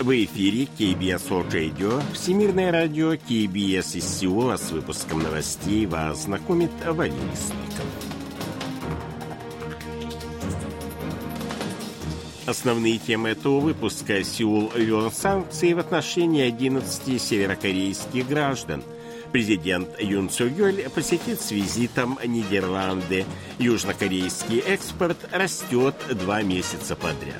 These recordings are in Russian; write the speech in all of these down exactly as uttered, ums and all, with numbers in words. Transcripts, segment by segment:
В эфире кей би эс World Radio, Всемирное радио кей би эс из Сеула. С выпуском новостей вас знакомит Валерий Смыков. Основные темы этого выпуска. Сеул ввел санкции в отношении одиннадцати северокорейских граждан. Президент Юн Сок-Йоль посетит с визитом Нидерланды. Южнокорейский экспорт растет два месяца подряд.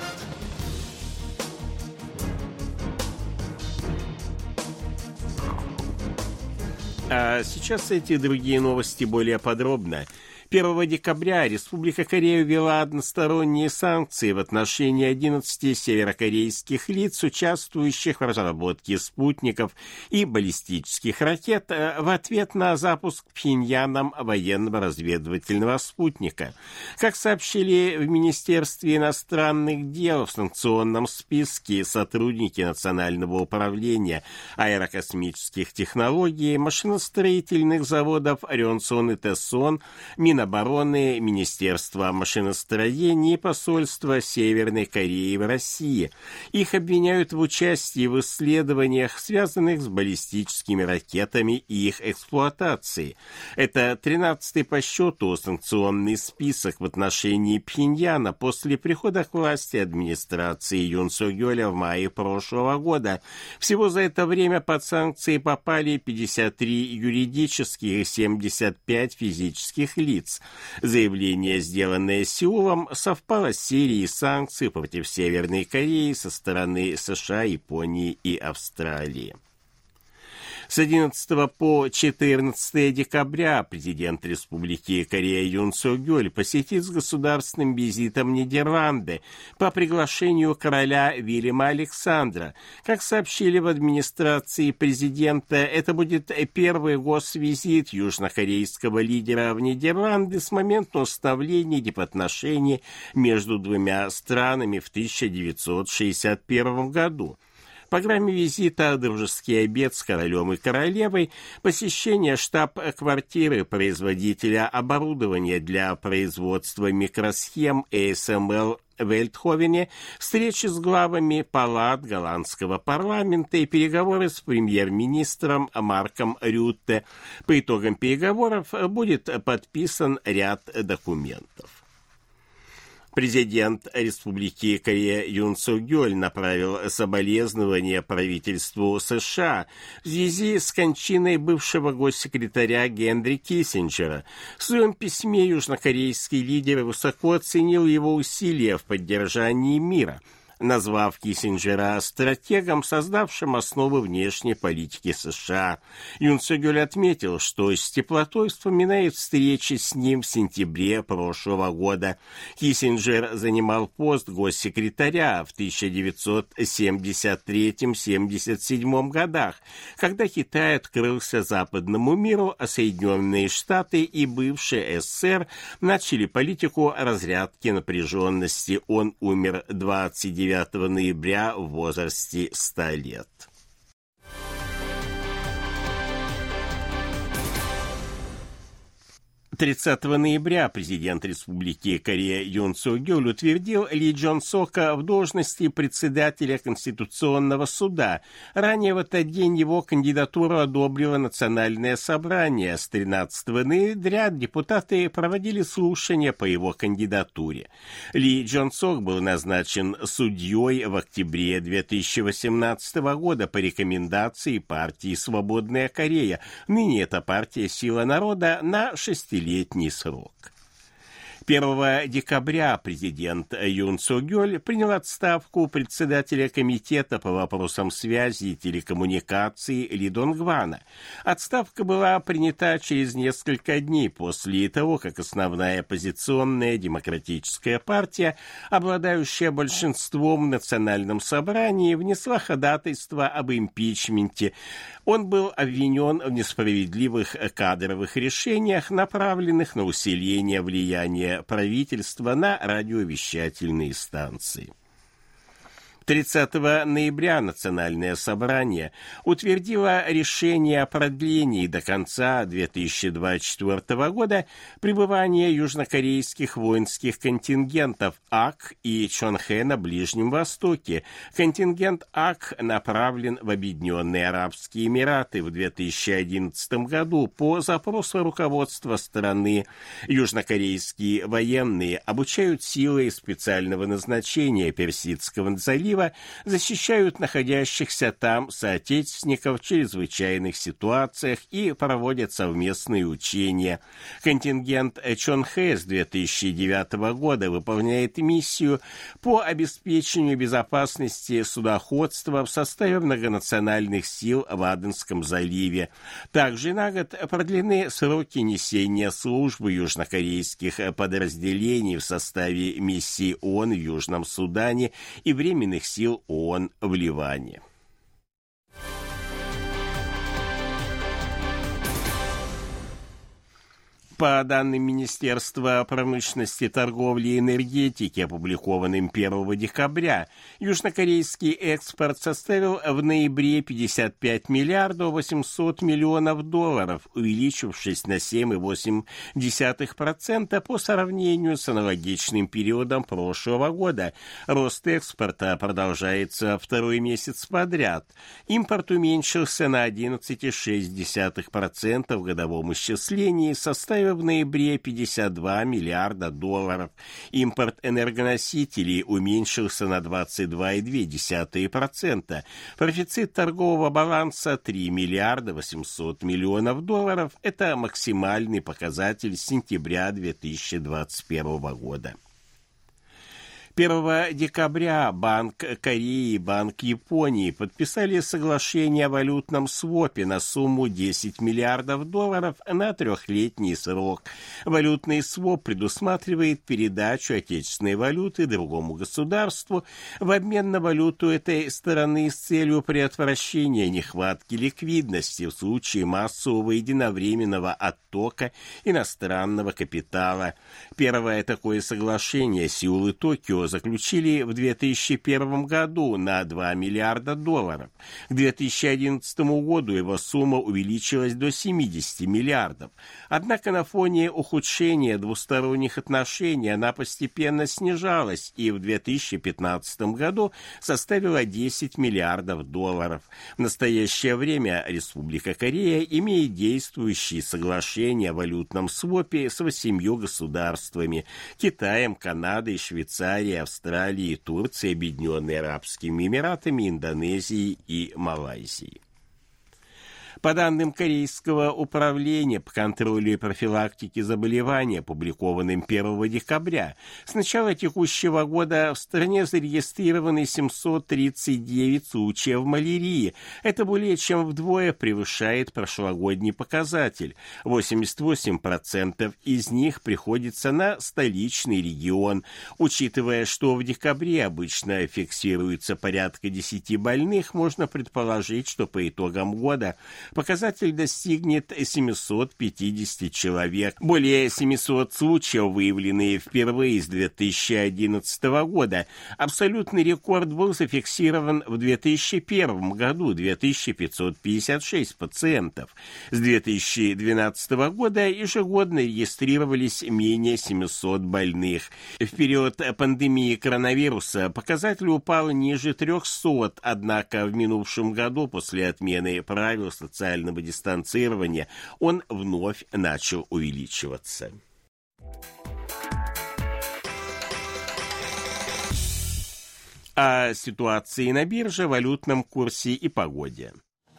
А сейчас эти и другие новости более подробно. первого декабря Республика Корея ввела односторонние санкции в отношении одиннадцати северокорейских лиц, участвующих в разработке спутников и баллистических ракет, в ответ на запуск Пхеньяном военного разведывательного спутника. Как сообщили в Министерстве иностранных дел, в санкционном списке сотрудники Национального управления аэрокосмических технологий, машиностроительных заводов Рёнсон и Тэсон, Минобороны, Министерства машиностроения и посольства Северной Кореи в России. Их обвиняют в участии в исследованиях, связанных с баллистическими ракетами и их эксплуатацией. Это тринадцатый по счету санкционный список в отношении Пхеньяна после прихода к власти администрации Юн Сок-Йоля в мае прошлого года. Всего за это время под санкции попали пятьдесят три юридических и семьдесят пять физических лиц. Заявление, сделанное Сеулом, совпало с серией санкций против Северной Кореи со стороны США, Японии и Австралии. С одиннадцатого по четырнадцатое декабря президент Республики Корея Юн Сок-Йоль посетит с государственным визитом Нидерланды по приглашению короля Вильяма Александра. Как сообщили в администрации президента, это будет первый госвизит южнокорейского лидера в Нидерланды с момента установления дипотношений между двумя странами в тысяча девятьсот шестьдесят первом году. В программе визита дружеский обед с королем и королевой, посещение штаб-квартиры производителя оборудования для производства микросхем эй эс эм эл в Эльтховене, встречи с главами палат голландского парламента и переговоры с премьер-министром Марком Рютте. По итогам переговоров будет подписан ряд документов. Президент Республики Корея Юн Сок-Йоль направил соболезнования правительству США в связи с кончиной бывшего госсекретаря Генри Киссинджера. В своем письме южнокорейский лидер высоко оценил его усилия в поддержании мира, назвав Киссинджера стратегом, создавшим основы внешней политики США. Юн Сок-Йоль отметил, что с теплотой вспоминает встречи с ним в сентябре прошлого года. Киссинджер занимал пост госсекретаря в тысяча девятьсот семьдесят третьем — семьдесят седьмом годах, когда Китай открылся западному миру, а Соединенные Штаты и бывший СССР начали политику разрядки напряженности. Он умер двадцать девятого ноября в возрасте ста лет. тридцатого ноября президент Республики Корея Юн Сок-Йоль утвердил Ли Джон Сока в должности председателя Конституционного суда. Ранее в этот день его кандидатуру одобрило Национальное собрание. С тринадцатого ноября депутаты проводили слушания по его кандидатуре. Ли Джон Сок был назначен судьей в октябре две тысячи восемнадцатого года по рекомендации партии «Свободная Корея». Ныне это партия «Сила народа» на шестилетний летний срок. первого декабря президент Юн Сок-Йоль принял отставку председателя комитета по вопросам связи и телекоммуникаций Ли Донгвана. Отставка была принята через несколько дней после того, как основная оппозиционная демократическая партия, обладающая большинством в Национальном собрании, внесла ходатайство об импичменте. Он был обвинен в несправедливых кадровых решениях, направленных на усиление влияния правительства на радиовещательные станции. тридцатого ноября Национальное собрание утвердило решение о продлении до конца две тысячи двадцать четвёртого года пребывания южнокорейских воинских контингентов АК и Чонхэ на Ближнем Востоке. Контингент АК направлен в Объединенные Арабские Эмираты в две тысячи одиннадцатом году по запросу руководства страны. Южнокорейские военные обучают силы специального назначения Персидского залива, защищают находящихся там соотечественников в чрезвычайных ситуациях и проводят совместные учения. Контингент Чонхэ с две тысячи девятого года выполняет миссию по обеспечению безопасности судоходства в составе многонациональных сил в Аденском заливе. Также на год продлены сроки несения службы южнокорейских подразделений в составе миссии ООН в Южном Судане и временных сил ООН в Ливане. По данным Министерства промышленности, торговли и энергетики, опубликованным первого декабря, южнокорейский экспорт составил в ноябре пятьдесят пять миллиардов восемьсот миллионов долларов, увеличившись на семь целых восемь десятых процента по сравнению с аналогичным периодом прошлого года. Рост экспорта продолжается второй месяц подряд. Импорт уменьшился на одиннадцать целых шесть десятых процента в годовом исчислении, составив в ноябре пятьдесят два миллиарда долларов. Импорт энергоносителей уменьшился на двадцать два целых две десятых процента. Профицит торгового баланса три миллиарда восемьсот миллионов долларов. Это максимальный показатель с сентября две тысячи двадцать первого года. первого декабря Банк Кореи и Банк Японии подписали соглашение о валютном свопе на сумму десять миллиардов долларов на трехлетний срок. Валютный своп предусматривает передачу отечественной валюты другому государству в обмен на валюту этой стороны с целью предотвращения нехватки ликвидности в случае массового единовременного оттока иностранного капитала. Первое такое соглашение Сеул и Токио заключили в две тысячи первом году на два миллиарда долларов. К две тысячи одиннадцатому году его сумма увеличилась до семидесяти миллиардов. Однако на фоне ухудшения двусторонних отношений она постепенно снижалась и в две тысячи пятнадцатом году составила десять миллиардов долларов. В настоящее время Республика Корея имеет действующие соглашения о валютном свопе с восемью государствами – Китаем, Канадой, Швейцарией, Австралией, Турцией, Объединенными Арабскими Эмиратами, Индонезией и Малайзией. По данным Корейского управления по контролю и профилактике заболеваний, опубликованным первого декабря, с начала текущего года в стране зарегистрированы семьсот тридцать девять случаев малярии. Это более чем вдвое превышает прошлогодний показатель. восемьдесят восемь процентов из них приходится на столичный регион. Учитывая, что в декабре обычно фиксируется порядка десяти больных, можно предположить, что по итогам года показатель достигнет семисот пятидесяти человек. Более семисот случаев выявлены впервые с две тысячи одиннадцатого года. Абсолютный рекорд был зафиксирован в две тысячи первом году – две тысячи пятьсот пятьдесят шесть пациентов. С две тысячи двенадцатого года ежегодно регистрировались менее семисот больных. В период пандемии коронавируса показатель упал ниже трехсот, однако в минувшем году после отмены правил социального социального дистанцирования он вновь начал увеличиваться. О ситуации на бирже, валютном курсе и погоде.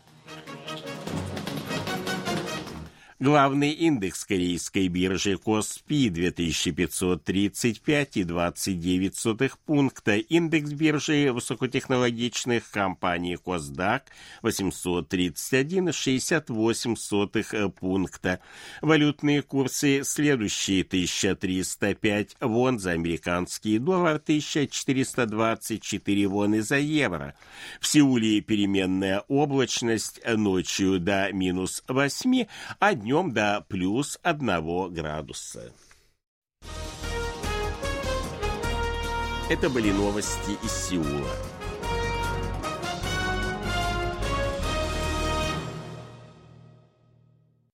Главный индекс корейской биржи Коспи две тысячи пятьсот тридцать пять целых двадцать девять сотых пункта, индекс биржи высокотехнологичных компаний Косдак восемьсот тридцать один целых шестьдесят восемь сотых пункта. Валютные курсы следующие: тысяча триста пять вон за американский доллар, тысяча четыреста двадцать четыре воны за евро. В Сеуле переменная облачность, ночью до минус восьми, а днем до плюс одного градуса. Это были новости из Сеула.